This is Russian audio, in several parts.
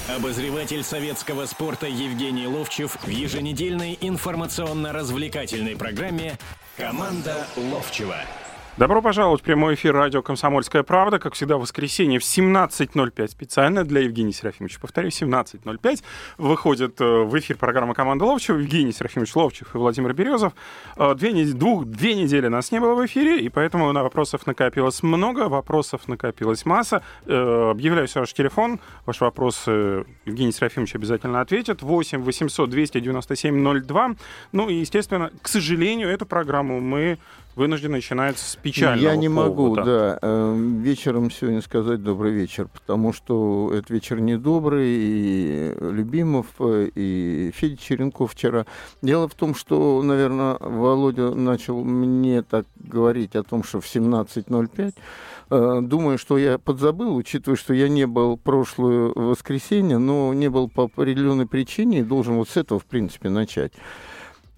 Обозреватель советского спорта Евгений Ловчев в еженедельной информационно-развлекательной программе «Команда Ловчева». Добро пожаловать в прямой эфир радио «Комсомольская правда». Как всегда, в воскресенье в 17:05 специально для Евгения Серафимовича. Повторю, 17:05 выходит в эфир программа «Команда Ловчева». Евгений Серафимович Ловчев и Владимир Березов. Две недели нас не было в эфире, и поэтому на вопросов накопилось много, вопросов накопилась масса. Объявляю ваш телефон. Ваш вопрос Евгений Серафимович обязательно ответит. 8 800 297 02. Ну и, естественно, к сожалению, эту программу мы вынуждены начинать с печального Я не могу, повода. да, вечером сегодня сказать добрый вечер, потому что этот вечер недобрый, и Любимов, и Федя Черенков вчера. Дело в том, что, наверное, Володя начал мне так говорить о том, что в 17:05. Думаю, что я подзабыл, учитывая, что я не был прошлое воскресенье, но не был по определенной причине, и должен вот с этого, в принципе, начать. У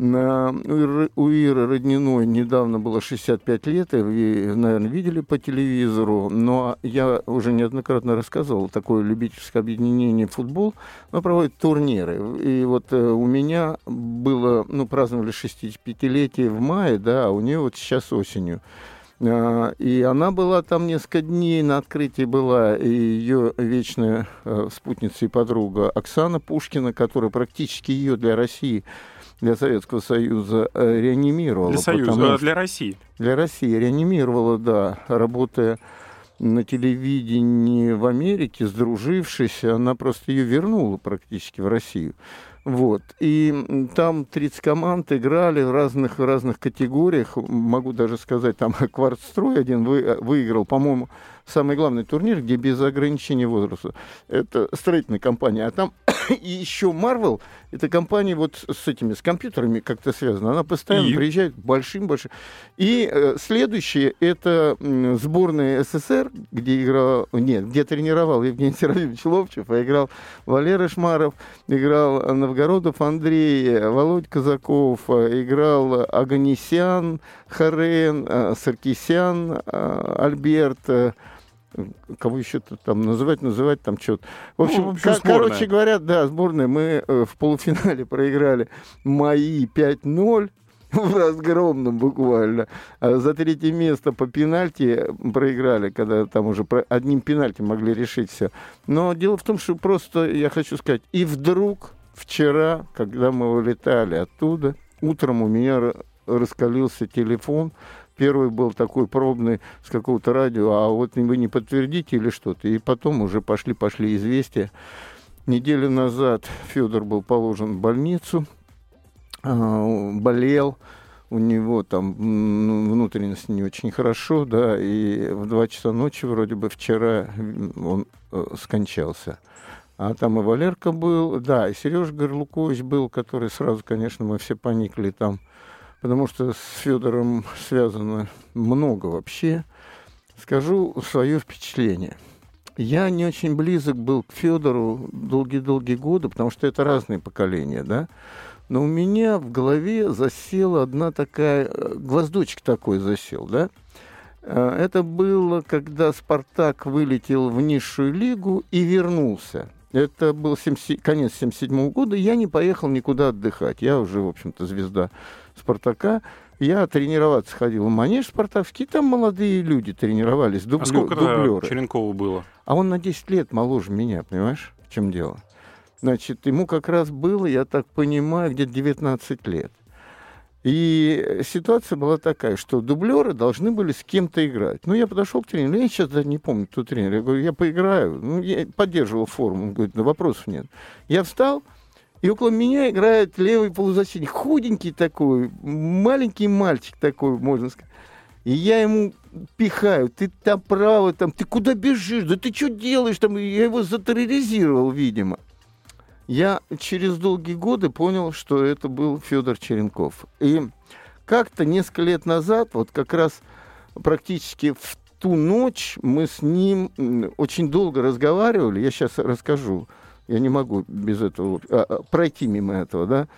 Иры Родниной недавно было 65 лет, и вы, наверное, видели по телевизору, но я уже неоднократно рассказывал, такое любительское объединение «Футбол», оно проводит турниры. И вот у меня было, праздновали 65-летие в мае, да, а у нее вот сейчас осенью. И она была там несколько дней, на открытии была, и ее вечная спутница и подруга Оксана Пушкина, которая практически ее для России, для Советского Союза реанимировала. Для России. Для России реанимировала, да, работая на телевидении в Америке, сдружившись, она просто ее вернула практически в Россию. Вот. И там 30 команд играли в разных категориях. Могу даже сказать, там «Квартстрой» один выиграл, по-моему, самый главный турнир, где без ограничения возраста. Это строительная компания. А там и еще Marvel, это компания вот с компьютерами как-то связана. Она постоянно приезжает большим. И следующее, это сборная СССР, где тренировал Евгений Серафимович Ловчев, а играл Валера Шмаров, играл Новгородов Андрей, Володь Казаков, играл Оганесян, Харен, Саркисян, Альберт, кого еще-то там называть там что-то. В общем, короче говоря, да, сборная. Мы в полуфинале проиграли мои 5-0 в разгромном буквально. А за третье место по пенальти проиграли, когда там уже одним пенальти могли решить все. Но дело в том, что просто, я хочу сказать, и вдруг вчера, когда мы улетали оттуда, утром у меня раскалился телефон. Первый был такой пробный с какого-то радио, а вот вы не подтвердите или что-то. И потом уже пошли известия. Неделю назад Федор был положен в больницу, болел, у него там внутренности не очень хорошо, да, и в 2 часа ночи вроде бы вчера он скончался. А там и Валерка был, да, и Сережа Горлукович был, который сразу, конечно, мы все поникли там, потому что с Федором связано много вообще. Скажу свое впечатление. Я не очень близок был к Федору долгие-долгие годы, потому что это разные поколения, да. Но у меня в голове засела одна такая, гвоздочек такой засел, да. Это было, когда «Спартак» вылетел в низшую лигу и вернулся. Это был конец 1977 года, и я не поехал никуда отдыхать. Я уже, в общем-то, звезда «Спартака». Я тренироваться ходил в манеж спартакский, там молодые люди тренировались, А сколько Черенкову было? А он на 10 лет моложе меня, понимаешь, в чем дело? Значит, ему как раз было, я так понимаю, где-то 19 лет. И ситуация была такая, что дублеры должны были с кем-то играть. Я подошел к тренеру, я сейчас даже не помню, кто тренер. Я говорю, я поиграю. Я поддерживал форму. Он говорит, вопросов нет. Я встал, и около меня играет левый полузащитник. Худенький такой, маленький мальчик такой, можно сказать. И я ему пихаю, ты там право, там, ты куда бежишь, да ты что делаешь там? Я его затерроризировал, видимо. Я через долгие годы понял, что это был Федор Черенков. И как-то несколько лет назад, вот как раз практически в ту ночь мы с ним очень долго разговаривали. Я сейчас расскажу. Я не могу без этого пройти мимо этого, да.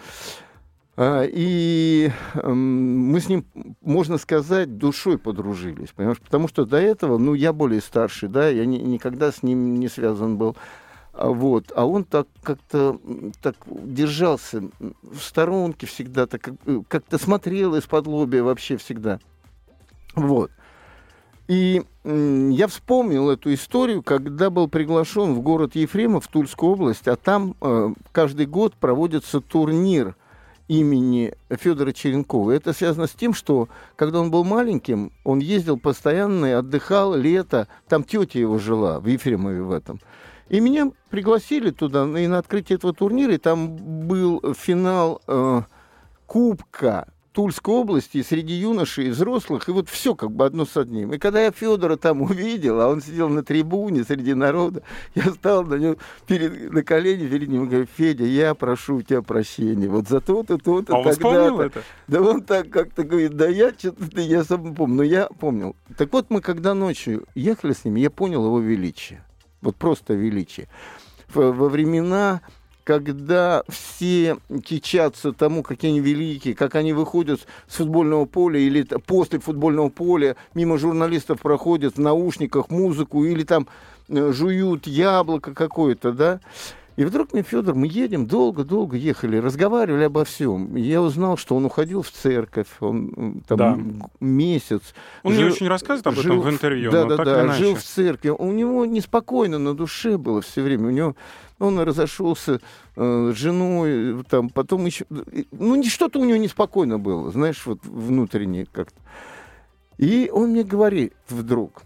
И мы с ним, можно сказать, душой подружились, понимаешь? Потому что до этого, я более старший, да, я никогда с ним не связан был. Вот. А он так как-то так держался в сторонке всегда, так как-то смотрел из-под лобья вообще всегда. Вот. И я вспомнил эту историю, когда был приглашен в город Ефремов, в Тульскую область, а там каждый год проводится турнир имени Федора Черенкова. Это связано с тем, что когда он был маленьким, он ездил постоянно и отдыхал лето. Там тетя его жила, в Ефремове в этом. И меня пригласили туда и на открытие этого турнира, и там был финал Кубка Тульской области среди юношей и взрослых, и вот все как бы одно с одним. И когда я Федора там увидел, а он сидел на трибуне среди народа, я стал на колени перед ним и говорю: Федя, я прошу у тебя прощения, вот за то-то, то-то, а он вспомнил это? Да он так как-то говорит: да я что-то, я сам помню, но я помнил. Так вот, мы когда ночью ехали с ним, я понял его величие, вот просто величие. Во времена, когда все кичатся тому, какие они великие, как они выходят с футбольного поля или после футбольного поля, мимо журналистов проходят в наушниках музыку или там жуют яблоко какое-то, да. И вдруг мне Федор, мы едем, долго-долго ехали, разговаривали обо всем. И я узнал, что он уходил в церковь, он там месяц. Он не очень рассказывает об этом в интервью, но так или иначе. Жил в церкви. У него неспокойно на душе было все время. У него он разошелся с женой, там, потом еще... Ну, что-то у него неспокойно было, знаешь, вот внутренне как-то. И он мне говорит вдруг,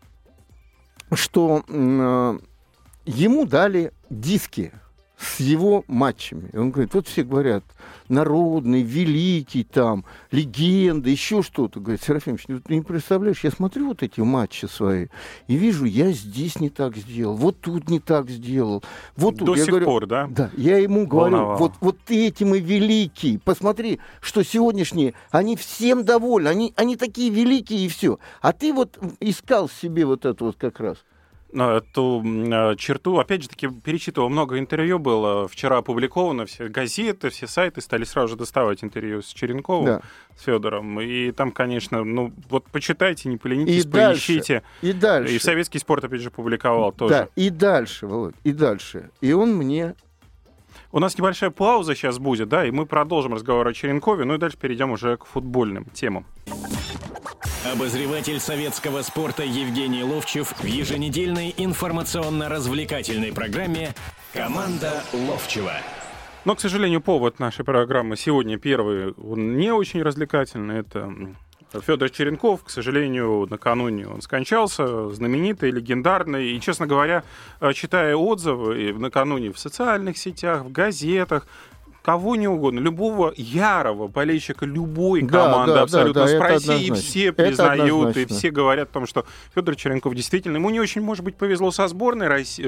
что ему дали диски с его матчами. И он говорит: вот все говорят, народный, великий, там, легенда, еще что-то. Говорит: Серафимович, ты не представляешь, я смотрю вот эти матчи свои и вижу, я здесь не так сделал, вот тут не так сделал. Вот тут. До я сих говорю, пор, да? Да, я ему говорю, вот ты этим и великий. Посмотри, что сегодняшние, они всем довольны, они такие великие и все. А ты вот искал себе вот это вот как раз. Эту черту, опять же таки, перечитывал, много интервью было, вчера опубликовано, все газеты, все сайты стали сразу же доставать интервью с Черенковым, да, с Федором, и там, конечно, ну, вот почитайте, не поленитесь, поищите. И дальше. И советский спорт, опять же, публиковал тоже. Да, и дальше, Володь, и дальше. И он мне... У нас небольшая пауза сейчас будет, да, и мы продолжим разговор о Черенкове, ну и дальше перейдем уже к футбольным темам. Обозреватель советского спорта Евгений Ловчев в еженедельной информационно-развлекательной программе «Команда Ловчева». Но, к сожалению, повод нашей программы сегодня первый, он не очень развлекательный. Это Федор Черенков. К сожалению, накануне он скончался, знаменитый, легендарный. И, честно говоря, читая отзывы накануне в социальных сетях, в газетах, кого не угодно, любого ярого болельщика любой команды, абсолютно спроси, и все признают, и все говорят о том, что Федор Черенков действительно, ему не очень, может быть, повезло со сборной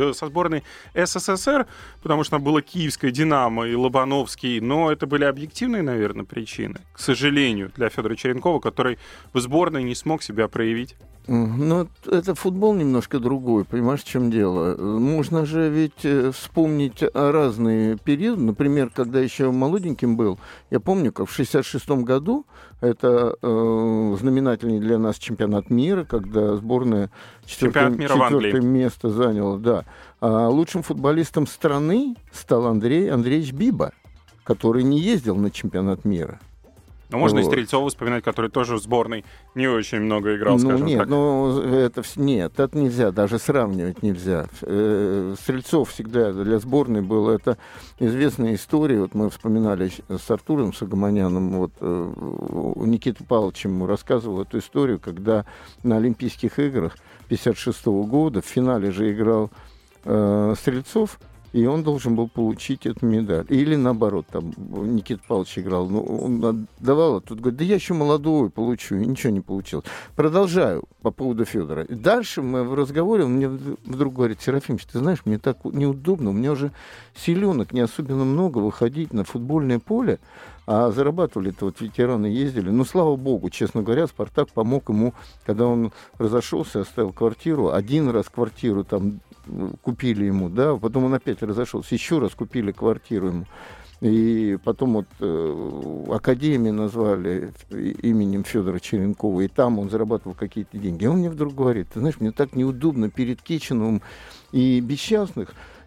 СССР, потому что там было киевское «Динамо» и Лобановский, но это были объективные, наверное, причины, к сожалению, для Федора Черенкова, который в сборной не смог себя проявить. Ну, это футбол немножко другой, понимаешь, в чем дело? Можно же ведь вспомнить разные периоды. Например, когда еще молоденьким был, я помню, как в 1966 году, это знаменательный для нас чемпионат мира, когда сборная четвертое место заняла. Да. А лучшим футболистом страны стал Андрей Андреевич Биба, который не ездил на чемпионат мира. Ну, можно и Стрельцова вспоминать, который тоже в сборной не очень много играл, скажем так. Нет, это нельзя, даже сравнивать нельзя. Стрельцов всегда для сборной был. Это известная история. Вот мы вспоминали с Артуром Сагаманяном, вот Никита Павлович ему рассказывал эту историю, когда на Олимпийских играх 1956 года в финале же играл Стрельцов, и он должен был получить эту медаль. Или наоборот, там Никита Павлович играл, ну, он отдавал, а тут говорит: да я еще молодой, получу, и ничего не получилось. Продолжаю по поводу Федора. Дальше мы в разговоре, он мне вдруг говорит: Серафимович, ты знаешь, мне так неудобно, у меня уже силенок не особенно много выходить на футбольное поле, а зарабатывали-то вот ветераны ездили. Ну, слава богу, честно говоря, «Спартак» помог ему, когда он разошелся, оставил квартиру. Один раз квартиру там купили ему, да, потом он опять разошелся, еще раз купили квартиру ему. И потом вот академию назвали именем Федора Черенкова, и там он зарабатывал какие-то деньги. И он мне вдруг говорит: ты знаешь, мне так неудобно перед Кичиновым и Бесчастных.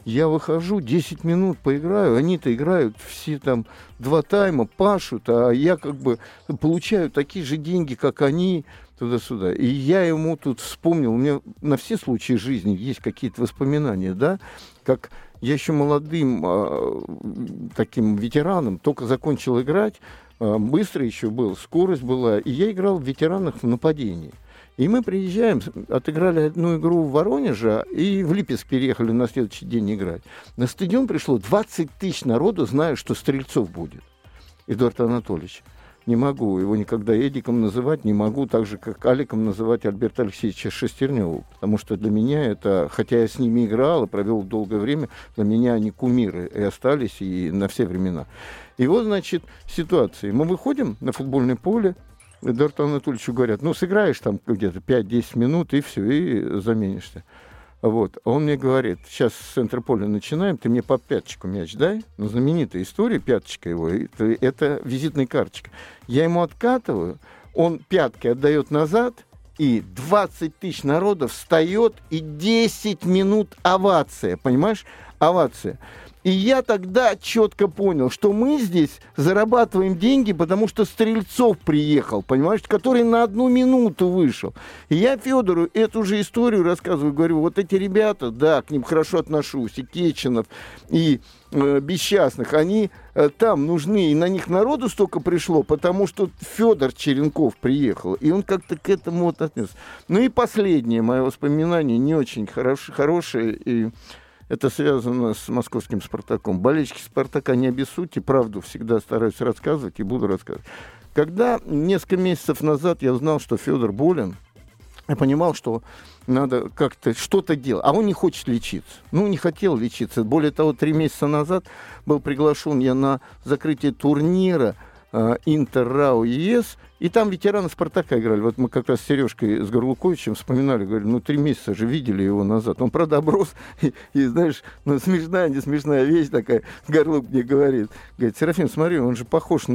Я выхожу, 10 минут поиграю, они-то играют все там 2 тайма, пашут, а я как бы получаю такие же деньги, как они, туда-сюда. И я ему тут вспомнил, у меня на все случаи жизни есть какие-то воспоминания, да, как я еще молодым таким ветераном только закончил играть, быстро еще был, скорость была, и я играл в ветеранах в нападении. И мы приезжаем, отыграли одну игру в Воронеже, и в Липецк переехали на следующий день играть. На стадион пришло 20 тысяч народу, зная, что Стрельцов будет. Эдуард Анатольевич. Не могу его никогда Эдиком называть, не могу так же, как Аликом называть Альберта Алексеевича Шестернева. Потому что для меня это, хотя я с ними играл и провел долгое время, для меня они кумиры и остались и на все времена. И вот, значит, ситуация. Мы выходим на футбольное поле, Эдуарду Анатольевичу говорят, ну, сыграешь там где-то 5-10 минут, и все, и заменишься. Вот. А он мне говорит, сейчас с центра поля начинаем, ты мне по пяточку мяч дай. Ну, знаменитая история, пяточка его, это визитная карточка. Я ему откатываю, он пяткой отдает назад, и 20 тысяч народов встает, и 10 минут овация, понимаешь? Овация. И я тогда четко понял, что мы здесь зарабатываем деньги, потому что Стрельцов приехал, понимаешь, который на 1 минуту вышел. И я Федору эту же историю рассказываю, говорю, вот эти ребята, да, к ним хорошо отношусь, и Кеченов, и Бесчастных, они там нужны, и на них народу столько пришло, потому что Федор Черенков приехал, и он как-то к этому вот отнес. Ну и последнее мое воспоминание, не очень хорошее, и это связано с московским «Спартаком». Болельщики «Спартака», не обессудьте, правду всегда стараюсь рассказывать и буду рассказывать. Когда несколько месяцев назад я узнал, что Федор болен, я понимал, что надо как-то что-то делать. А он не хочет лечиться. Ну, не хотел лечиться. Более того, 3 месяца назад был приглашен я на закрытие турнира Интер-РАО ЕС, и там ветераны «Спартака» играли. Вот мы как раз с Сережкой, с Горлуковичем вспоминали, говорили, ну, 3 месяца же видели его назад. Он, правда, оброс, и знаешь, ну, смешная, не смешная вещь такая, Горлук мне говорит, Серафим, смотри, он же похож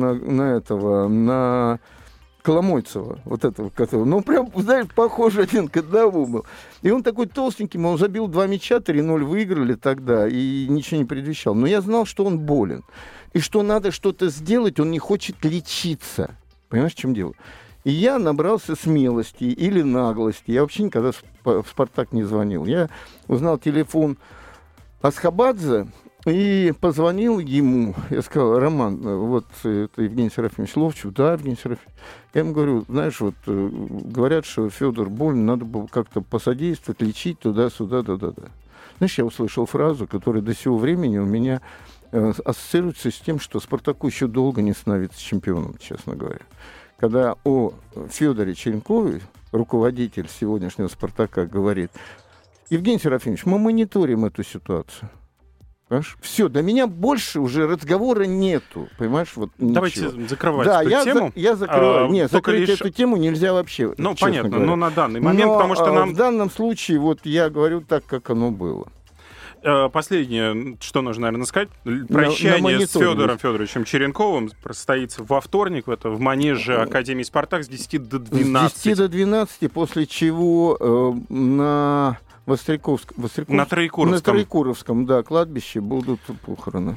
на Коломойцева, вот этого, которого, ну, прям, знаешь, похож один к одному был. И он такой толстенький, он забил 2 мяча, 3-0 выиграли тогда, и ничего не предвещал. Но я знал, что он болен, и что надо что-то сделать, он не хочет лечиться. Понимаешь, в чем дело? И я набрался смелости или наглости. Я вообще никогда в «Спартак» не звонил. Я узнал телефон Асхабадзе, и позвонил ему, я сказал, Роман, вот это Евгений Серафимович Ловчев, да, Евгений Серафимович. Я ему говорю, знаешь, вот говорят, что Федор болен, надо было как-то посодействовать, лечить туда-сюда, да-да-да. Знаешь, я услышал фразу, которая до сего времени у меня ассоциируется с тем, что «Спартаку» еще долго не становится чемпионом, честно говоря. Когда о Федоре Черенкове, руководитель сегодняшнего «Спартака», говорит, Евгений Серафимович, мы мониторим эту ситуацию. Понимаешь? Все, до меня больше уже разговора нету. Понимаешь, вот ничего. Давайте закрывать эту тему. Я закрываю. Нет, закрыть эту тему нельзя вообще. Ну, понятно, говоря. Но на данный момент, потому что нам... В данном случае, вот я говорю так, как оно было. Последнее, что нужно, наверное, сказать. Прощание с Федором Федоровичем Черенковым состоится во вторник в манеже Академии «Спартак» с 10 до 12. С 10 до 12, после чего на Троекуровском, да, кладбище будут похороны.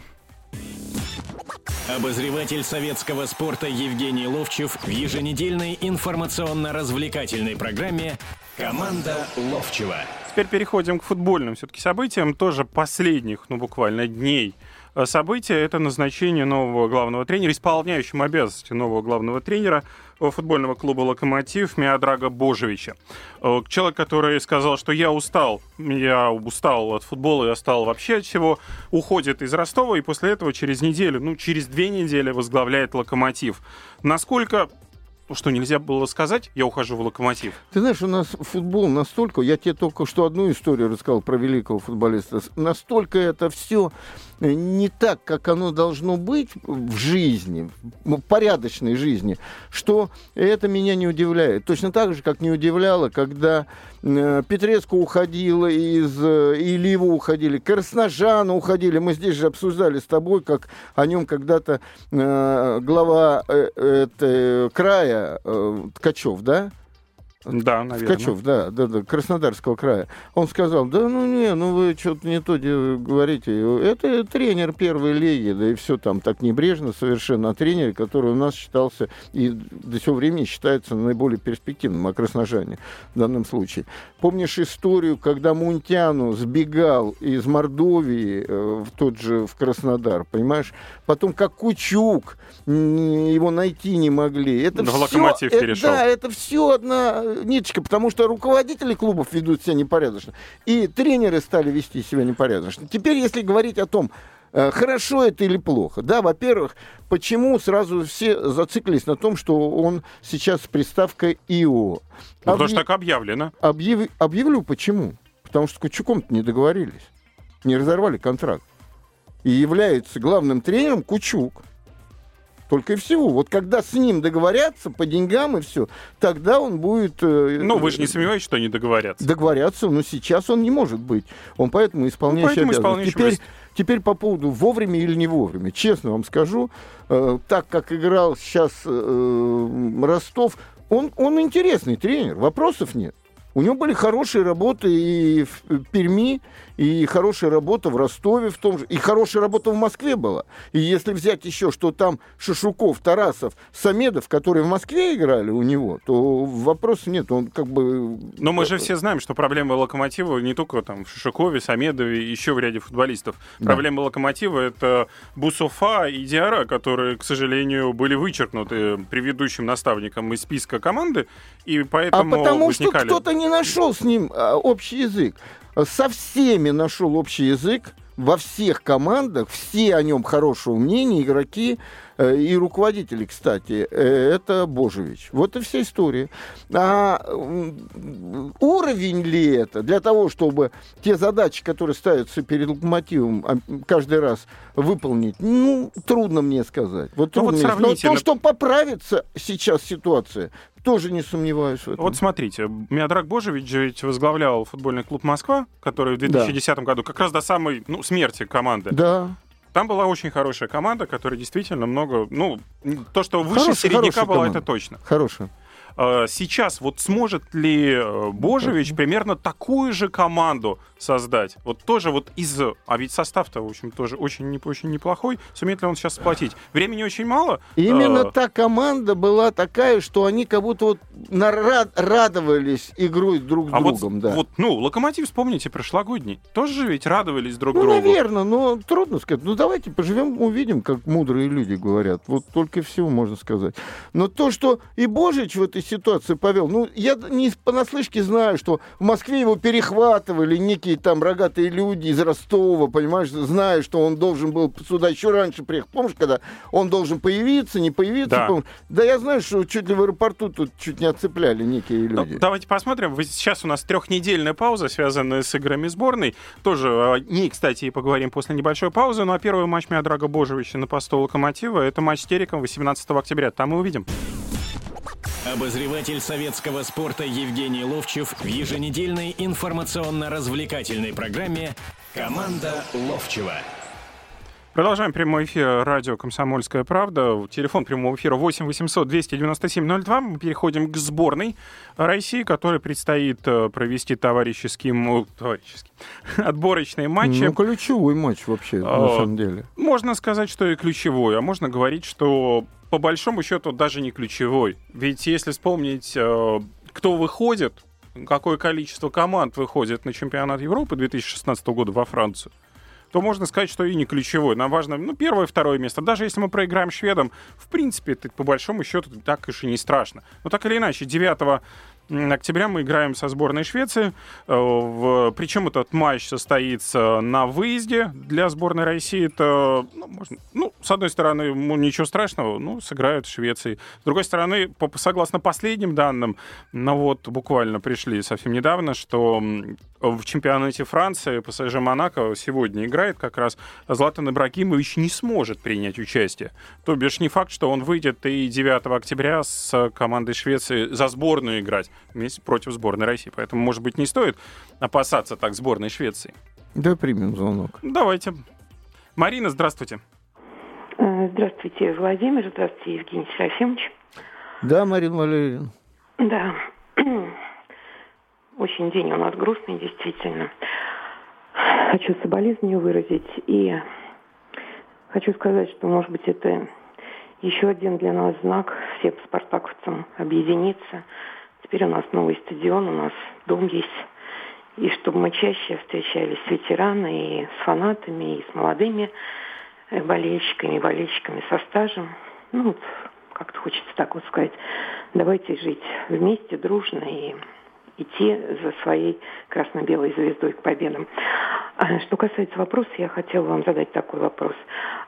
Обозреватель советского спорта Евгений Ловчев в еженедельной информационно-развлекательной программе «Команда Ловчева». Теперь переходим к футбольным все-таки событиям, тоже последних, буквально дней события. Это назначение нового главного тренера, исполняющим обязанности нового главного тренера футбольного клуба «Локомотив» Миодрага Божевича. Человек, который сказал, что я устал от футбола, я устал вообще от всего, уходит из Ростова и после этого через 2 недели возглавляет «Локомотив». Насколько... Что нельзя было сказать, я ухожу в «Локомотив». Ты знаешь, у нас футбол настолько... Я тебе только что одну историю рассказал про великого футболиста. Настолько это все не так, как оно должно быть в жизни, в порядочной жизни, что это меня не удивляет. Точно так же, как не удивляло, когда Петреску уходила и Ливу уходили, Красножана уходили. Мы здесь же обсуждали с тобой, как о нем когда-то глава края Ткачев, да? Да, наверное. Ткачев, да, Краснодарского края. Он сказал, вы что-то не то говорите. Это тренер первой лиги, да и все там так небрежно совершенно. А тренер, который у нас считался и до сего времени считается наиболее перспективным, о Красножане в данном случае. Помнишь историю, когда Мунтяну сбегал из Мордовии в Краснодар, понимаешь? Потом как Кучук, его найти не могли. Это в Локомотив перешел. Да, это все одна ниточка, потому что руководители клубов ведут себя непорядочно, и тренеры стали вести себя непорядочно. Теперь, если говорить о том, хорошо это или плохо, да, во-первых, почему сразу все зациклились на том, что он сейчас с приставкой ИО? Потому что так объявлено. Объявлю почему. Потому что с Кучуком-то не договорились, не разорвали контракт. И является главным тренером Кучук. Только и всего. Вот когда с ним договорятся по деньгам и все, тогда он будет... вы же не сомневаетесь, что они договорятся? Договорятся, но сейчас он не может быть. Он поэтому исполняющий обязанности. Теперь по поводу вовремя или не вовремя. Честно вам скажу, так как играл сейчас Ростов, он интересный тренер, вопросов нет. У него были хорошие работы и в Перми, и хорошая работа в Ростове в том же, и хорошая работа в Москве была. И если взять еще, что там Шишуков, Тарасов, Самедов, которые в Москве играли у него, то вопросов нет. Он как бы... Но мы же все знаем, что проблема Локомотива не только там в Шишукове, Самедове, еще в ряде футболистов. Да. Проблема Локомотива — это Бусуфа и Диарра, которые, к сожалению, были вычеркнуты предыдущим наставником из списка команды, и поэтому потому возникали... что кто-то не нашел с ним общий язык. Со всеми нашел общий язык, во всех командах, все о нем хорошего мнения, игроки и руководители, кстати, это Божевич. Вот и вся история. А уровень ли это для того, чтобы те задачи, которые ставятся перед Локомотивом, каждый раз выполнить, трудно мне сказать. Но то, что поправится сейчас ситуация, тоже не сомневаюсь в этом. Вот смотрите, Миодраг Божевич ведь возглавлял футбольный клуб «Москва», который в 2010 году, как раз до самой смерти команды. Да. Там была очень хорошая команда, которая действительно много... то, что выше середняка была, это точно. Хорошая. Сейчас вот сможет ли Божевич примерно такую же команду создать? Вот тоже вот а ведь состав-то, в общем, тоже очень неплохой. Сумеет ли он сейчас сплотить? Времени очень мало. Именно та команда была такая, что они как будто радовались игрой друг с другом. Локомотив, вспомните, прошлогодний. Тоже же ведь радовались друг другу. Наверное, но трудно сказать. Давайте поживем, увидим, как мудрые люди говорят. Вот только всего можно сказать. Но то, что и Божевич в этой ситуации повел, я не понаслышке знаю, что в Москве его перехватывали некие там рогатые люди из Ростова, понимаешь, зная, что он должен был сюда еще раньше приехать. Помнишь, когда он должен появиться, не появиться? Да. Да, я знаю, что чуть ли в аэропорту тут чуть не отцепляли некие люди. Давайте посмотрим. Сейчас у нас 3-недельная пауза, связанная с играми сборной. Тоже о ней, кстати, и поговорим после небольшой паузы. Ну а первый матч Миодрага Божевича на посту Локомотива — это матч с Тереком 18 октября. Там мы увидим. Обозреватель советского спорта Евгений Ловчев в еженедельной информационно-развлекательной программе «Команда Ловчева». Продолжаем прямой эфир радио «Комсомольская правда». Телефон прямого эфира 8 800 297 02. Мы переходим к сборной России, которой предстоит провести отборочные матчи. Ключевой матч вообще, на самом деле. Можно сказать, что и ключевой, а можно говорить, что по большому счету даже не ключевой. Ведь если вспомнить, кто выходит, какое количество команд выходит на чемпионат Европы 2016 года во Францию, то можно сказать, что и не ключевой. Нам важно, первое, второе место. Даже если мы проиграем шведам, в принципе, это, по большому счету, так уж и не страшно. Но так или иначе, 9 октября мы играем со сборной Швеции. Причем этот матч состоится на выезде. Для сборной России это, с одной стороны, ничего страшного, сыграют в Швеции. С другой стороны, согласно последним данным, буквально пришли совсем недавно, что в чемпионате Франции ПСЖ Монако сегодня играет как раз, Златан Ибрагимович не сможет принять участие. То бишь не факт, что он выйдет и 9 октября с командой Швеции за сборную играть вместе против сборной России. Поэтому, может быть, не стоит опасаться так сборной Швеции. Да, примем звонок. Давайте. Марина, здравствуйте. Здравствуйте, Владимир. Здравствуйте, Евгений Серафимович. Да, Марина Валерьевна. Да. Очень день у нас грустный, действительно. Хочу соболезнования выразить. И хочу сказать, что, может быть, это еще один для нас знак всем спартаковцам объединиться. Теперь у нас новый стадион, у нас дом есть. И чтобы мы чаще встречались с ветеранами, и с фанатами, и с молодыми болельщиками со стажем. Как-то хочется так вот сказать. Давайте жить вместе, дружно и идти за своей красно-белой звездой к победам. Что касается вопроса, я хотела вам задать такой вопрос.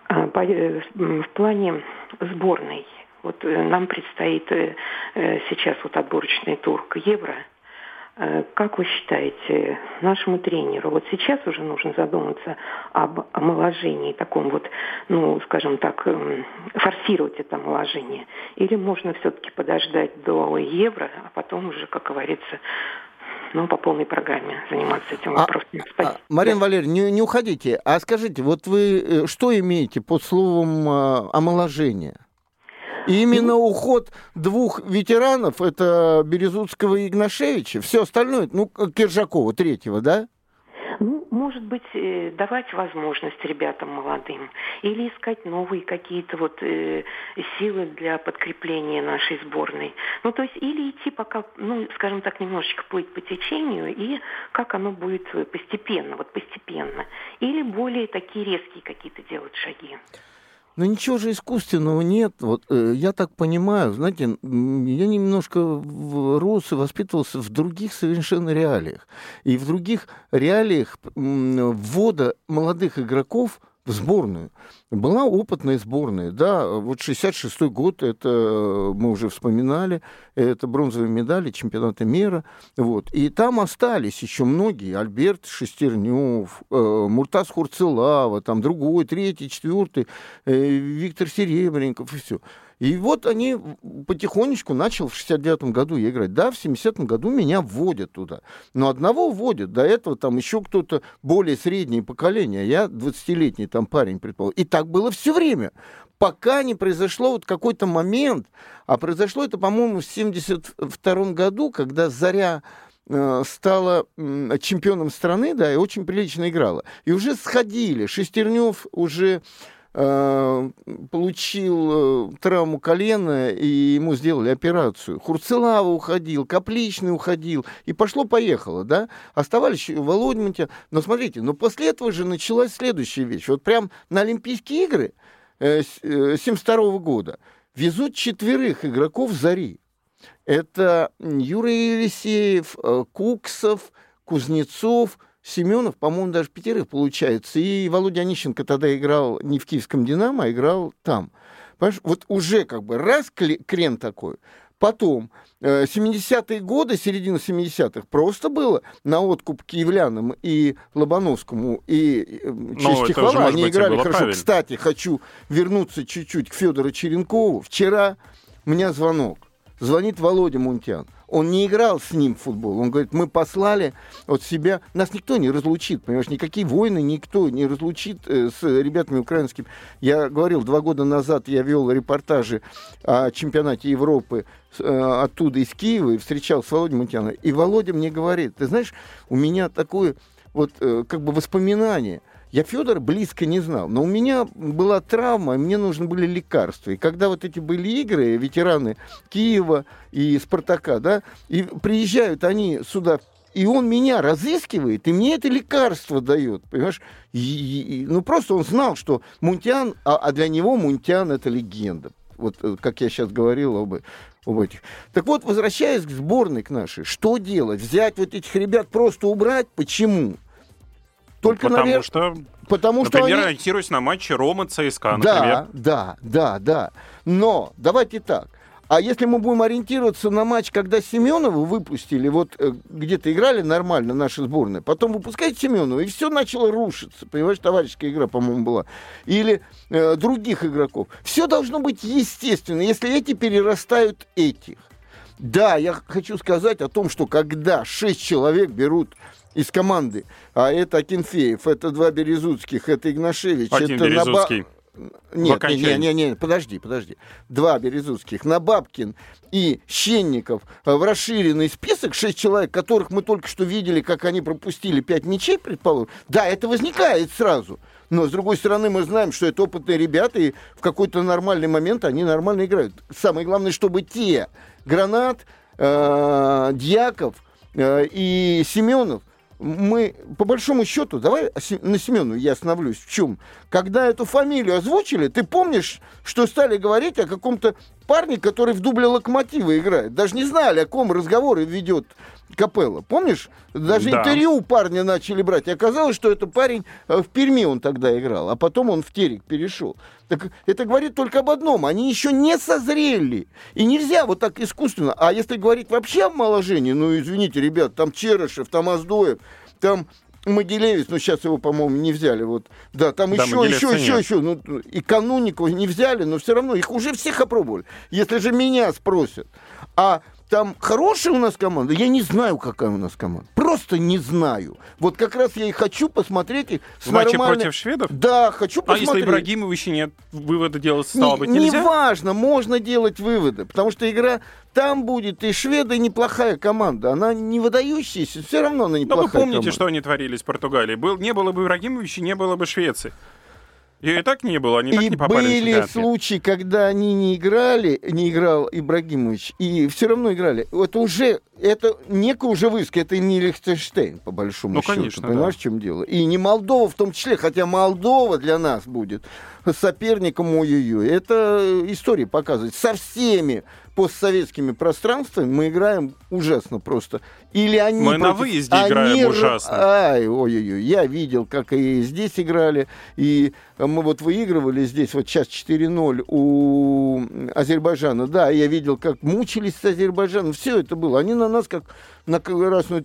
В плане сборной, вот нам предстоит сейчас вот отборочный тур к Евро. Как вы считаете, нашему тренеру вот сейчас уже нужно задуматься об омоложении, таком вот, скажем так, форсировать это омоложение? Или можно все-таки подождать до Евро, а потом уже, как говорится, по полной программе заниматься этим вопросом? Марина Валерьевна, не уходите. А скажите, вот вы что имеете под словом омоложение? Именно уход двух ветеранов, это Березутского и Игнашевича, все остальное, Киржакова, третьего, да? Может быть, давать возможность ребятам молодым или искать новые какие-то силы для подкрепления нашей сборной. То есть или идти пока, скажем так, немножечко плыть по течению, и как оно будет постепенно, или более такие резкие какие-то делать шаги. Ничего же искусственного нет. Я так понимаю, знаете, я немножко рос и воспитывался в других совершенно реалиях. И в других реалиях ввода молодых игроков в сборную. Была опытная сборная, да, 66-й год, это мы уже вспоминали, это бронзовые медали чемпионата мира, и там остались еще многие, Альберт Шестернев, Муртаз Хурцелава, там другой, третий, четвертый, Виктор Серебренников и все. И они потихонечку начал в 69-м году я играть. Да, в 70-м году меня вводят туда. Но одного вводят. До этого там еще кто-то более среднее поколение. Я 20-летний там парень, предположим. И так было все время. Пока не произошло какой-то момент. А произошло это, по-моему, в 72-м году, когда «Заря» стала чемпионом страны, да, и очень прилично играла. И уже сходили. Шестернев уже получил травму колена, и ему сделали операцию. Хурцелава уходил, Капличный уходил, и пошло-поехало, да. Оставались Володя Мунтян. Но смотрите, после этого же началась следующая вещь. Прям на Олимпийские игры 1972 года везут 4 игроков «Зари». Это Юра Елисеев, Куксов, Кузнецов, Семенов, по-моему, даже 5 получается. И Володя Онищенко тогда играл не в киевском «Динамо», а играл там. Понимаешь, уже раз крен такой. Потом, 70-е годы, середина 70-х, просто было на откуп киевлянам и Лобановскому, и честь и хвала. Они играли хорошо. Правильно. Кстати, хочу вернуться чуть-чуть к Федору Черенкову. Вчера у меня звонок. Звонит Володя Мунтян. Он не играл с ним в футбол. Он говорит, мы послали от себя... Нас никто не разлучит, понимаешь? Никакие войны никто не разлучит с ребятами украинскими. Я говорил, 2 года назад я вел репортажи о чемпионате Европы оттуда, из Киева, и встречал с Володей Мунтяном. И Володя мне говорит, ты знаешь, у меня такое воспоминание. Я Федора близко не знал, но у меня была травма, и мне нужны были лекарства. И когда эти были игры, ветераны Киева и Спартака, да, и приезжают они сюда, и он меня разыскивает, и мне это лекарство дает, понимаешь? Просто он знал, что Мунтян, а для него Мунтян — это легенда. Как я сейчас говорил об этих. Так возвращаясь к сборной к нашей, что делать? Взять этих ребят, просто убрать? Почему? Только, потому что, например, ориентируясь на матчи Рома-ЦСКА, например. Да. Но давайте так. А если мы будем ориентироваться на матч, когда Семенова выпустили, где-то играли нормально наши сборные, потом выпускать Семенова, и все начало рушиться. Понимаешь, товарищеская игра, по-моему, была. Или других игроков. Все должно быть естественно, если эти перерастают этих. Да, я хочу сказать о том, что когда 6 человек берут из команды, а это Акинфеев, это 2 Березутских, это Игнашевич, Один это Березутский. Нет, подожди. 2 березутских, Набабкин и Щенников в расширенный список, 6 человек, которых мы только что видели, как они пропустили 5 мячей, предположим. Да, это возникает сразу. Но, с другой стороны, мы знаем, что это опытные ребята, и в какой-то нормальный момент они нормально играют. Самое главное, чтобы те, Гранат, Дьяков и Семенов, мы, по большому счету, давай на Семену я остановлюсь. В чем? Когда эту фамилию озвучили, ты помнишь, что стали говорить о каком-то парне, который в дубле «Локомотива» играет. Даже не знали, о ком разговоры ведет Капелло. Помнишь? Даже интервью у парня начали брать. И оказалось, что это парень в Перми он тогда играл, а потом он в Терек перешел. Так это говорит только об одном. Они еще не созрели. И нельзя вот так искусственно. А если говорить вообще о омоложении, ну, извините, ребят, там Черышев, там Оздоев, там Могилевец, ну, сейчас его, по-моему, не взяли. Вот. Да, там еще. Ну, и Канунникова не взяли, но все равно их уже всех опробовали. Если же меня спросят, а там хорошая у нас команда? Я не знаю, какая у нас команда. Просто не знаю. Вот как раз я и хочу посмотреть их с матче против шведов? Да, хочу посмотреть. А если Ибрагимовича нет, выводы делать стало быть нельзя? Неважно, можно делать выводы, потому что игра там будет, и шведы неплохая команда. Она не выдающаяся, все равно она неплохая команда. Но вы помните, что они творили с Португалией? Не было бы Ибрагимовича, не было бы Швеции. Ее и так не было, они и так не попали в чемпионат. Были случаи, когда они не играл Ибрагимович, и все равно играли. Это некая уже выска, это не Лихтенштейн, по большому счету. Конечно, понимаешь, в чем дело? И не Молдова в том числе, хотя Молдова для нас будет соперником, ой-ой-ой. Это история показывает. Со всеми постсоветскими пространствами мы играем ужасно просто. Или они мы на выезде играем ужасно. Ой-ой-ой. Я видел, как и здесь играли, и мы вот выигрывали здесь вот сейчас 4-0 у Азербайджана. Да, я видел, как мучились с Азербайджаном. Все это было. Они на нас, как на красную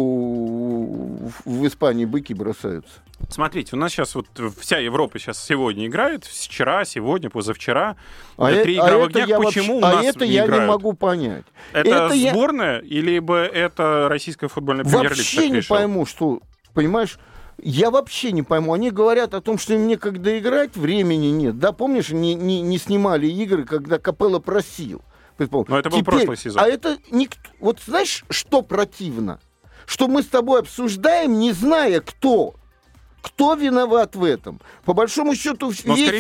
тряпку в Испании быки бросаются. Смотрите, у нас сейчас вот вся Европа сейчас сегодня играет, вчера, сегодня, позавчера. 3 игровых дня. Почему у нас это не я играют? Не могу понять. Это сборная или это российская футбольная премьер-лига? Вообще не пойму, что, понимаешь, я вообще не пойму. Они говорят о том, что им некогда играть, времени нет. Да, помнишь, не снимали игры, когда Капелло просил. Но это был прошлый сезон. А это никто... Вот знаешь, что противно? Что мы с тобой обсуждаем, не зная, кто виноват в этом? По большому счету,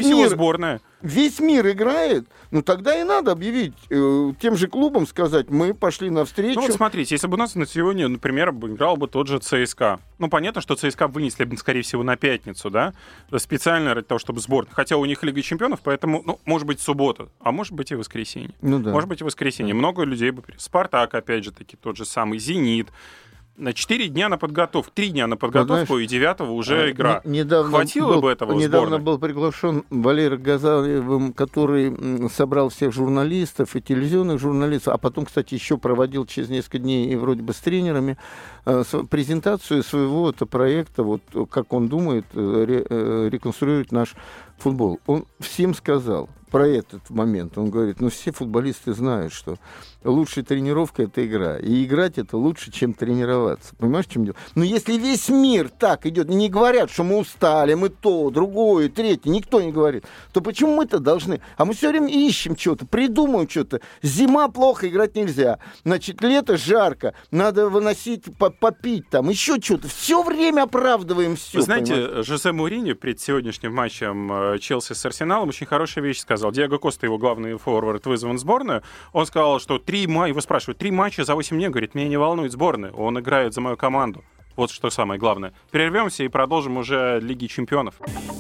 весь мир играет, ну тогда и надо объявить тем же клубам, сказать, мы пошли навстречу. Ну вот смотрите, если бы у нас на сегодня, например, играл бы тот же ЦСКА. Ну понятно, что ЦСКА вынесли бы, скорее всего, на пятницу, да? Специально ради того, чтобы сборная. Хотя у них Лига чемпионов, поэтому, может быть, суббота, а может быть и воскресенье. Ну да. Может быть и воскресенье. Много людей бы... Спартак, опять же таки, тот же самый, Зенит. На 4 дня на подготовку, 3 дня на подготовку, и 9-го уже игра. Хватило бы этого недавно был приглашен Валерий Газаевым, который собрал всех журналистов и телевизионных журналистов, а потом, кстати, еще проводил через несколько дней и вроде бы с тренерами презентацию своего проекта, вот как он думает реконструировать наш футбол. Он всем сказал про этот момент. Он говорит, все футболисты знают, что лучшая тренировка — это игра. И играть — это лучше, чем тренироваться. Понимаешь, в чем дело? Но если весь мир так идет, не говорят, что мы устали, мы то, другое, третье, никто не говорит, то почему мы-то должны? А мы все время ищем что-то, придумаем что-то. Зима плохо, играть нельзя. Значит, лето жарко, надо выносить, попить там, еще что-то. Все время оправдываем все. Вы знаете, Жозе Моуриньо перед сегодняшним матчем Челси с Арсеналом очень хорошая вещь сказал. Диего Коста, его главный форвард, вызван в сборную. Он сказал, что 3 матча за 8 дней, говорит, меня не волнует сборная. Он играет за мою команду. Вот что самое главное. Прервемся и продолжим уже Лиги чемпионов.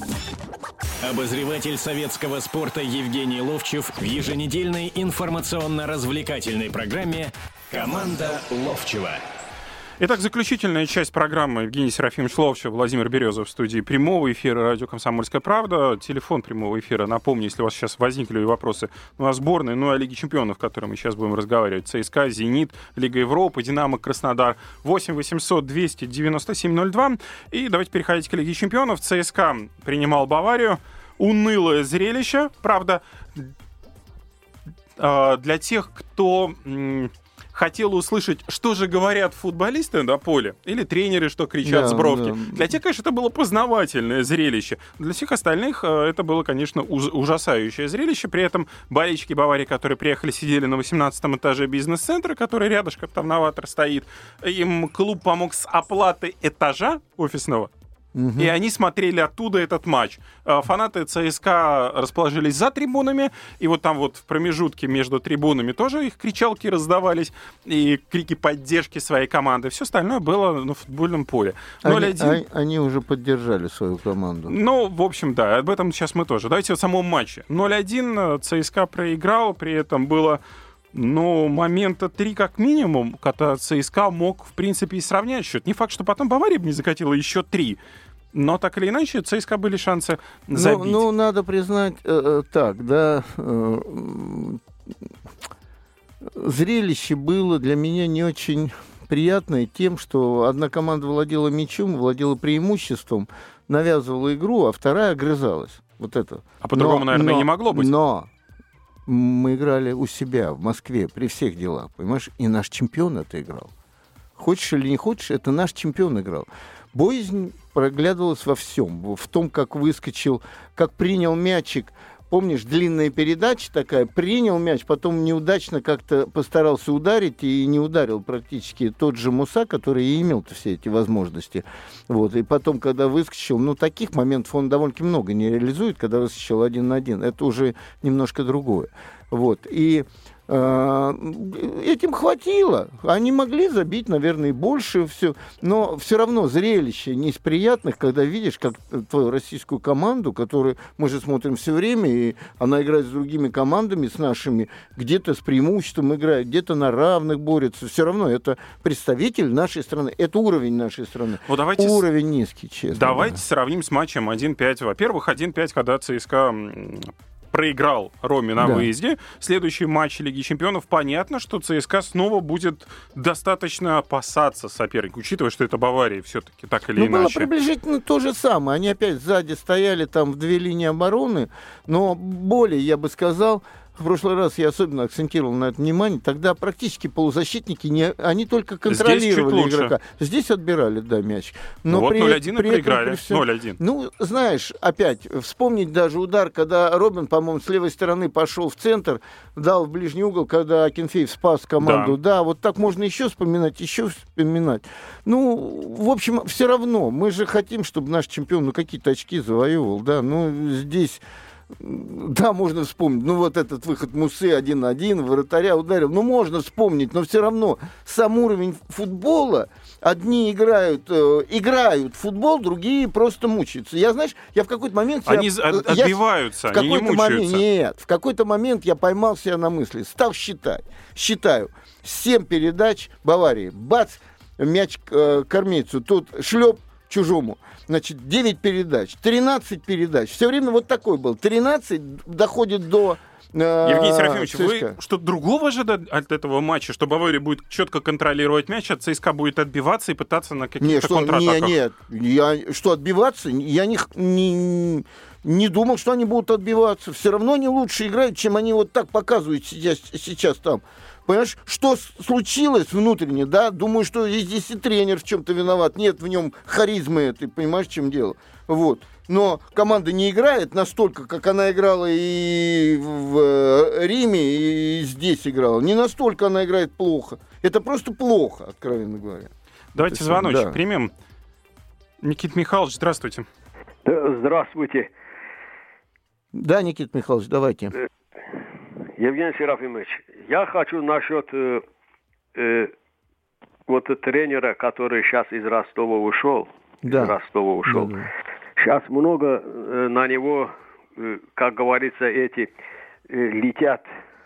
Обозреватель советского спорта Евгений Ловчев в еженедельной информационно-развлекательной программе «Команда Ловчева». Итак, заключительная часть программы. Евгений Серафимович Ловчев, Владимир Березов в студии прямого эфира радио «Комсомольская правда». Телефон прямого эфира. Напомню, если у вас сейчас возникли вопросы о сборной, о Лиге чемпионов, о которой мы сейчас будем разговаривать. ЦСКА, Зенит, Лига Европы, Динамо, Краснодар. 8 800 297 02. И давайте переходить к Лиге чемпионов. ЦСКА принимал Баварию. Унылое зрелище. Правда, для тех, кто... хотел услышать, что же говорят футболисты на поле, или тренеры, что кричат с бровки. Для тех, конечно, это было познавательное зрелище. Для всех остальных это было, конечно, ужасающее зрелище. При этом болельщики Баварии, которые приехали, сидели на 18-м этаже бизнес-центра, который рядышком там новатор стоит. Им клуб помог с оплатой этажа офисного. И они смотрели оттуда этот матч. Фанаты ЦСКА расположились за трибунами, и вот там вот в промежутке между трибунами тоже их кричалки раздавались, и крики поддержки своей команды. Все остальное было на футбольном поле. Они уже поддержали свою команду. Ну, в общем, да, об этом сейчас мы тоже. Давайте о самом матче. 0-1 ЦСКА проиграл, при этом было... момента 3 как минимум, когда ЦСКА мог, в принципе, и сравнять счет. Не факт, что потом Бавария бы не закатила еще 3. Но так или иначе, ЦСКА были шансы забить. Надо признать зрелище было для меня не очень приятное тем, что одна команда владела мячом, владела преимуществом, навязывала игру, а вторая огрызалась. Вот это. А по-другому, наверное, не могло быть. Но мы играли у себя в Москве при всех делах, понимаешь? И наш чемпион это играл. Хочешь или не хочешь, это наш чемпион играл. Боязнь проглядывалась во всем. В том, как выскочил, как принял мячик. Помнишь, длинная передача такая, принял мяч, потом неудачно как-то постарался ударить и не ударил практически тот же Муса, который и имел-то все эти возможности. Вот. И потом, когда выскочил, таких моментов он довольно-таки много не реализует, когда выскочил 1 на 1. Это уже немножко другое. Вот. И этим хватило. Они могли забить, наверное, и больше. Все. Но все равно зрелище не из приятных, когда видишь, как твою российскую команду, которую мы же смотрим все время, и она играет с другими командами, с нашими, где-то с преимуществом играет, где-то на равных борется. Все равно это представитель нашей страны. Это уровень нашей страны. Уровень низкий, честно. Давайте сравним с матчем 1-5. Во-первых, 1-5, когда ЦСКА проиграл Роме на выезде. Следующий матч Лиги Чемпионов. Понятно, что ЦСКА снова будет достаточно опасаться соперника, учитывая, что это Бавария все-таки, так или иначе. Было приблизительно то же самое. Они опять сзади стояли там в 2 линии обороны, но более, я бы сказал, в прошлый раз я особенно акцентировал на это внимание, тогда практически полузащитники, они только контролировали игрока. Здесь отбирали, мяч. Но 0-1 и проиграли. 0-1. Знаешь, опять, вспомнить даже удар, когда Робин, по-моему, с левой стороны пошел в центр, дал в ближний угол, когда Акинфеев спас команду. Да, вот так можно еще вспоминать. В общем, все равно, мы же хотим, чтобы наш чемпион, какие-то очки завоевывал, здесь... Да, можно вспомнить. Этот выход Мусы 1-1, вратаря ударил. Можно вспомнить, но все равно сам уровень футбола. Одни играют в футбол, другие просто мучаются. Я в какой-то момент... Они отбиваются, они не мучаются. В какой-то момент я поймал себя на мысли. Стал считать. Считаю. 7 передач Баварии. Бац, мяч кормильцу. Тут шлеп чужому. 9 передач, 13 передач. Все время вот такой был. 13 доходит до... Евгений Серафимович, вы что-то другого ожидали от этого матча? Что Бавария будет четко контролировать мяч, а ЦСКА будет отбиваться и пытаться на каких-то контратаках? Нет. Отбиваться? Я не думал, что они будут отбиваться. Все равно они лучше играют, чем они вот так показывают сейчас там. Понимаешь, что случилось внутренне, Думаю, что здесь и тренер в чем-то виноват. Нет в нем харизмы этой, понимаешь, в чем дело. Вот. Но команда не играет настолько, как она играла и в Риме, и здесь играла. Не настолько она играет плохо. Это просто плохо, откровенно говоря. Давайте звоночек примем. Никита Михайлович, здравствуйте. Здравствуйте. Да, Никита Михайлович, давайте. Евгений Серафимович, я хочу насчет тренера, который сейчас из Ростова ушел. Сейчас много на него, как говорится, летят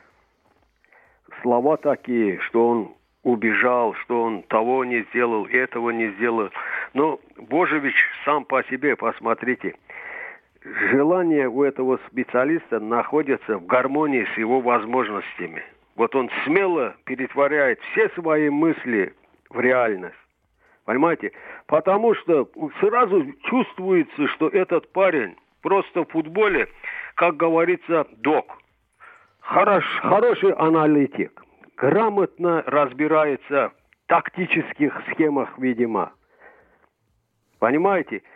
слова такие, что он убежал, что он того не сделал, этого не сделал. Но Божевич сам по себе, посмотрите. Желание у этого специалиста находится в гармонии с его возможностями. Вот он смело перетворяет все свои мысли в реальность. Понимаете? Потому что сразу чувствуется, что этот парень просто в футболе, как говорится, док. Хороший аналитик. грамотно разбирается в тактических схемах, видимо. Понимаете?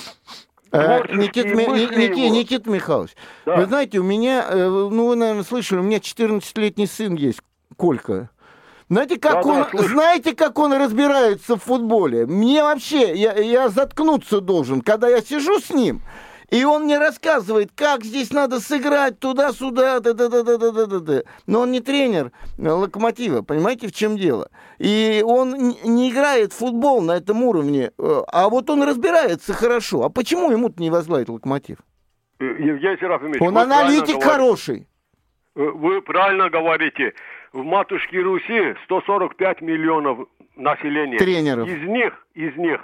Никит Михайлович, да. Вы знаете, у меня, вы, наверное, слышали, у меня 14-летний сын есть, Колька. Знаете, как он разбирается в футболе? Мне вообще, я заткнуться должен, когда я сижу с ним, и он мне рассказывает, как здесь надо сыграть, туда-сюда, да-да-да-да-да-да. Но он не тренер Локомотива, понимаете, в чем дело? И он не играет в футбол на этом уровне, а вот он разбирается хорошо. А почему ему-то не возглавит Локомотив? Евгений Серафимович, он аналитик хороший. Вы правильно говорите. В матушке Руси 145 миллионов населения. Тренеров. Из них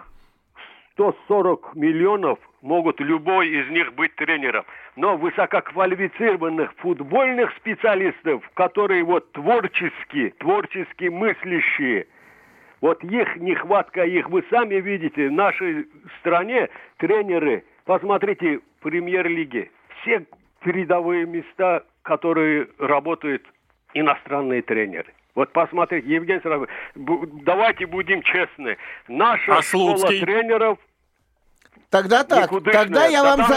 140 миллионов могут любой из них быть тренером. Но высококвалифицированных футбольных специалистов, которые вот творчески мыслящие, вот их нехватка, вы сами видите, в нашей стране тренеры, посмотрите, в премьер-лиге, все передовые места, которые работают иностранные тренеры. Вот посмотрите, Евгений Серафимович, давайте будем честны. Наша школа тренеров... Тогда я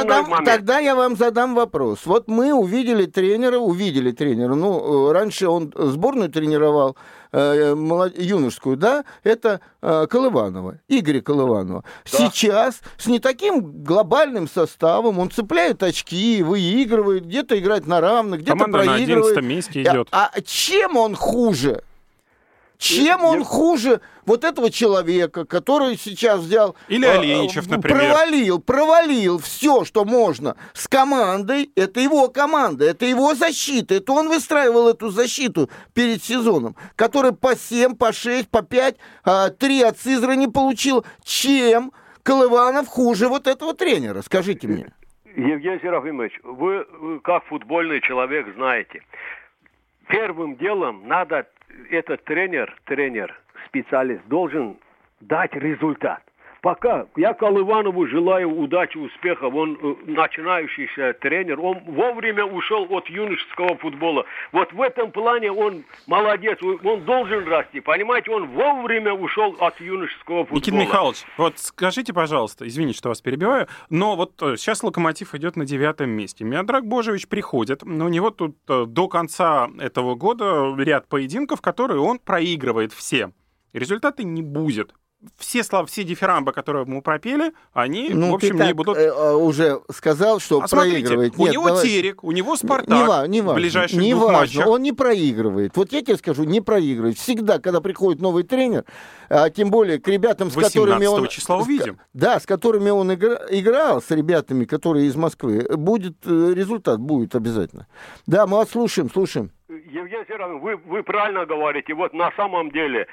вам задам вопрос. Вот мы увидели тренера. Ну, раньше он сборную тренировал, юношескую, да, это Колыванова, Игоря Колыванова. Да. Сейчас с не таким глобальным составом он цепляет очки, выигрывает, где-то играет на равных, где-то проигрывает. На 11 месте идет. А чем он хуже? Чем он хуже вот этого человека, который сейчас взял... Или Оленичев, например. Провалил все, что можно с командой. Это его команда, это его защита. Это он выстраивал эту защиту перед сезоном, который по 7, по 6, по 5, 3 от Сызрани получил. Чем Колыванов хуже вот этого тренера? Скажите мне. Евгений Серафимович, вы как футбольный человек знаете, первым делом надо... Этот тренер, специалист, должен дать результат. Пока я Колыванову желаю удачи, успехов, он начинающийся тренер, он вовремя ушел от юношеского футбола. Вот в этом плане он молодец, он должен расти, понимаете, он вовремя ушел от юношеского футбола. Никита Михайлович, вот скажите, пожалуйста, извините, что вас перебиваю, но вот сейчас Локомотив идет на 9-м месте. Миодраг Божевич приходит, но у него тут до конца этого года ряд поединков, которые он проигрывает все. Результата не будет. Все дифирамбы, которые мы пропели, они, в общем, не будут... уже сказал, что проигрывает. Смотрите, у него Терек, у него Спартак в ближайших двух матчах. Он не проигрывает. Вот я тебе скажу, не проигрывает. Всегда, когда приходит новый тренер, тем более к ребятам, с которыми он... 18 числа увидим. Да, с которыми он играл, с ребятами, которые из Москвы, результат будет обязательно. Да, мы вас слушаем. Евгений Серафимович, вы правильно говорите. Вот на самом деле...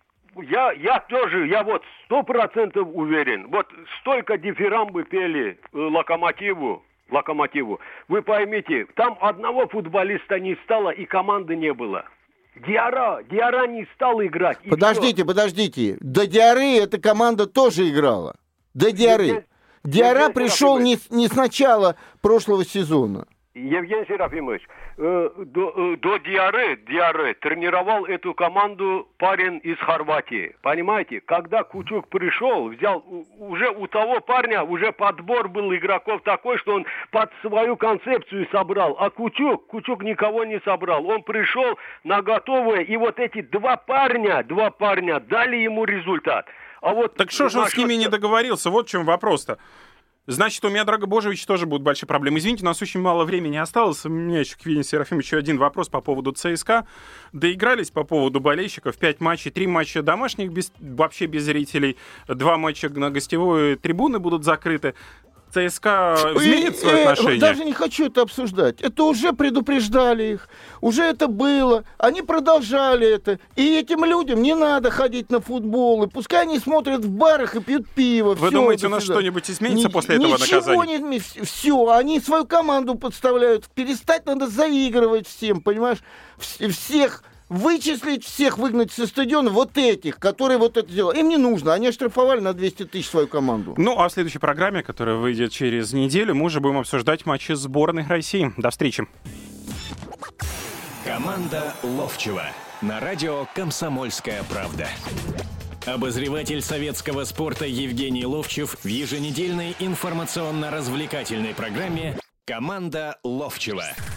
Я тоже 100% уверен. Вот столько дифирамбы пели Локомотиву. Вы поймите, там одного футболиста не стало и команды не было. Диара не стал играть. Подождите. До Диары эта команда тоже играла. До Диары. Диара пришел не с начала прошлого сезона. Евгений Серафимович, до Диары тренировал эту команду парень из Хорватии. Понимаете, когда Кучук пришел, взял, уже у того парня уже подбор был игроков такой, что он под свою концепцию собрал. А Кучук никого не собрал. Он пришел на готовое, и вот эти два парня дали ему результат. А вот так что же он с ними не договорился? Вот в чем вопрос-то. Значит, у Миодрага Божевича тоже будут большие проблемы. Извините, у нас очень мало времени осталось. У меня еще к Евгению Серафимовичу один вопрос по поводу ЦСКА. Доигрались по поводу болельщиков. 5 матчей, 3 матча домашних вообще без зрителей. 2 матча на гостевой трибуны будут закрыты. ЦСКА изменит свое отношение? Даже не хочу это обсуждать. Это уже предупреждали их. Уже это было. Они продолжали это. И этим людям не надо ходить на футбол. И пускай они смотрят в барах и пьют пиво. Вы думаете, у нас что-нибудь изменится после этого наказания? Ничего не изменится. Все, они свою команду подставляют. Перестать надо заигрывать всем, понимаешь? Всех вычислить, всех выгнать со стадиона, вот этих, которые вот это делают. Им не нужно, они оштрафовали на 200 тысяч свою команду. Ну, а в следующей программе, которая выйдет через неделю, мы уже будем обсуждать матчи сборной России. До встречи. Команда Ловчева на радио «Комсомольская правда». Обозреватель советского спорта Евгений Ловчев в еженедельной информационно-развлекательной программе «Команда Ловчева».